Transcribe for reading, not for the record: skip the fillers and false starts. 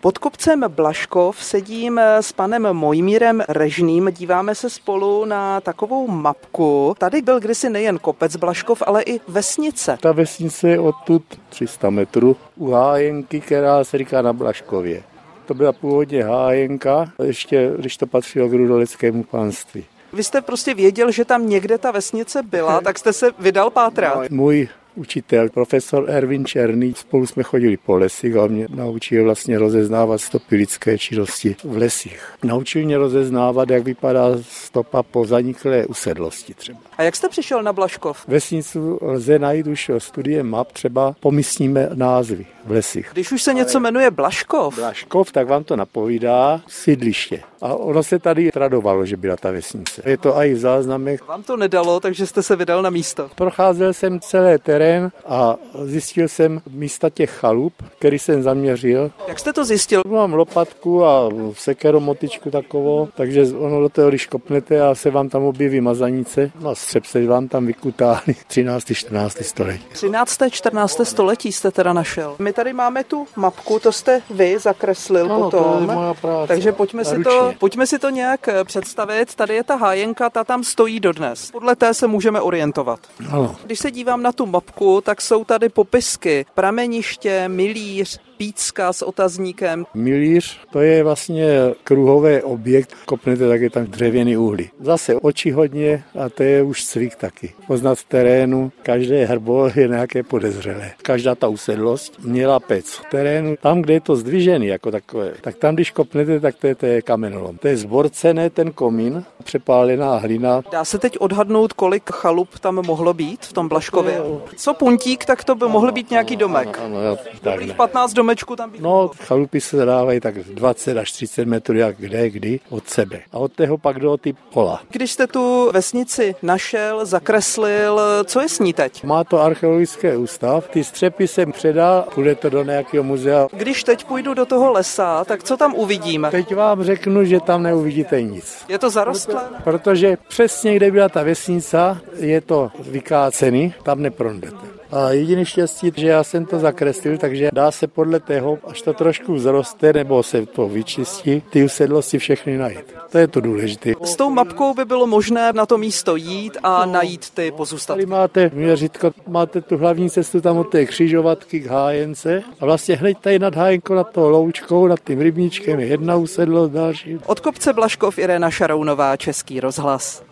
Pod kopcem Blažkov sedím s panem Mojmírem Režným, díváme se spolu na takovou mapku. Tady byl kdysi nejen kopec Blažkov, ale i vesnice. Ta vesnice je odtud 300 metrů u hájenky, která se říká na Blažkově. To byla původně hájenka, ještě když to patřilo k rudoleckému panství. Vy jste prostě věděl, že tam někde ta vesnice byla, tak jste se vydal pátrat. No, můj učitel, profesor Ervin Černý, spolu jsme chodili po lesích a on mě naučil vlastně rozeznávat stopy lidské činnosti v lesích. Naučil mě rozeznávat, jak vypadá stopa po zaniklé usedlosti třeba. A jak jste přišel na Blažkov? Vesnicu lze najít už studiem map, třeba po místními názvy v lesích. Když už se něco jmenuje Blažkov, tak vám to napovídá sídliště. A ono se tady tradovalo, že byla ta vesnice. Je to i v záznamech. Vám to nedalo, takže jste se vydal na místo. Procházel jsem celý terén a zjistil jsem místa těch chalup, který jsem zaměřil. Jak jste to zjistil? Mám lopatku a sekeromotičku takovou, takže ono do toho, když kopnete a se vám tam objeví mazanice, a střep se vám tam vykutáli 13. 14. století. 13. 14. století jste teda našel. My tady máme tu mapku, to jste vy zakreslil potom. To je moja práce. Takže pojďme si to nějak představit. Tady je ta hájenka, ta tam stojí dodnes. Podle té se můžeme orientovat. Ano. Když se dívám na tu mapku, tak jsou tady popisky. Prameniště, milíř, pícka s otazníkem. Milíř, to je vlastně kruhový objekt, kopnete, tak je tam dřevěný uhlí. Zase oči hodně a to je už cvik taky. Poznat v terénu, každé hrbo je nějaké podezřelé. Každá ta usedlost měla pec. V terénu, tam, kde je to zdvižený jako takové, tak tam, když kopnete, tak to je kamenolom. To je zborcené, ten komín, přepálená hlina. Dá se teď odhadnout, kolik chalup tam mohlo být v tom Blažkově? Co puntík, tak to by mohl být nějaký domek. Ano, tak 15 domečků tam být. No, chalupy se dávají tak 20 až 30 metrů, jak kdy od sebe. A od toho pak do ty pola. Když jste tu vesnici našel, zakreslil, co je s ní teď? Má to archeologický ústav, ty střepy jsem předal, půjde to do nějakého muzea. Když teď půjdu do toho lesa, tak co tam uvidím? Teď vám řeknu, že tam neuvidíte nic. Je to zarostlé? Protože přesně, kde byla ta vesnica, je to vykácený, tam neprojdete. A jediný štěstí, že já jsem to zakreslil, takže dá se podle toho, až to trošku vzroste nebo se to vyčistí, ty usedlosti všechny najít. To je to důležité. S tou mapkou by bylo možné na to místo jít a najít ty pozůstatky. Tady máte měřítko, máte tu hlavní cestu tam od té křižovatky k hájence a vlastně hned tady nad hájenkou, nad tou loučkou, nad tím rybníčkem je jedna usedlost, další. Od kopce Blažkov Irena Šarounová, Český rozhlas.